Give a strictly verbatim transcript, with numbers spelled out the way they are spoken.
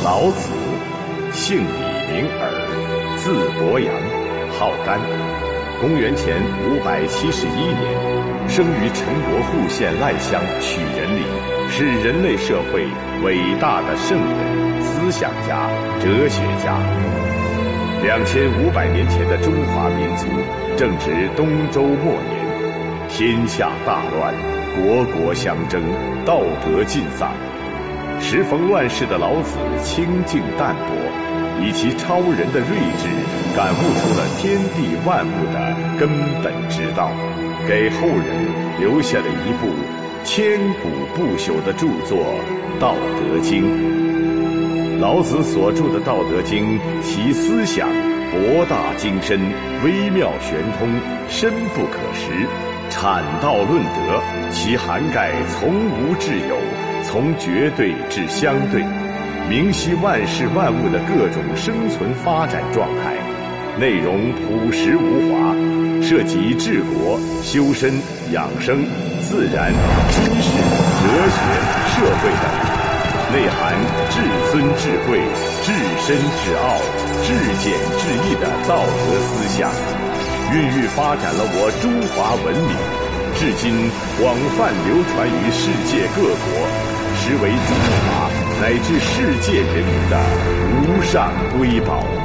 老子，姓李名耳，字伯阳，号干，公元前五百七十一年，生于陈国户县赖乡曲仁里，是人类社会伟大的圣人、思想家、哲学家。两千五百年前的中华民族正值东周末年，天下大乱，国国相争，道德尽丧。时逢乱世的老子清静淡泊，以其超人的睿智，感悟出了天地万物的根本之道，给后人留下了一部千古不朽的著作《道德经》。老子所著的《道德经》，其思想博大精深，微妙玄通，深不可识，阐道论德，其涵盖从无至有，从绝对至相对，明晰万事万物的各种生存发展状态，内容朴实无华，涉及治国、修身、养生、自然、军事、哲学、社会等，内含至尊至贵、至深至奥、至简至易的道德思想，孕育发展了我中华文明，至今广泛流传于世界各国，实为中华乃至世界人民的无上瑰宝。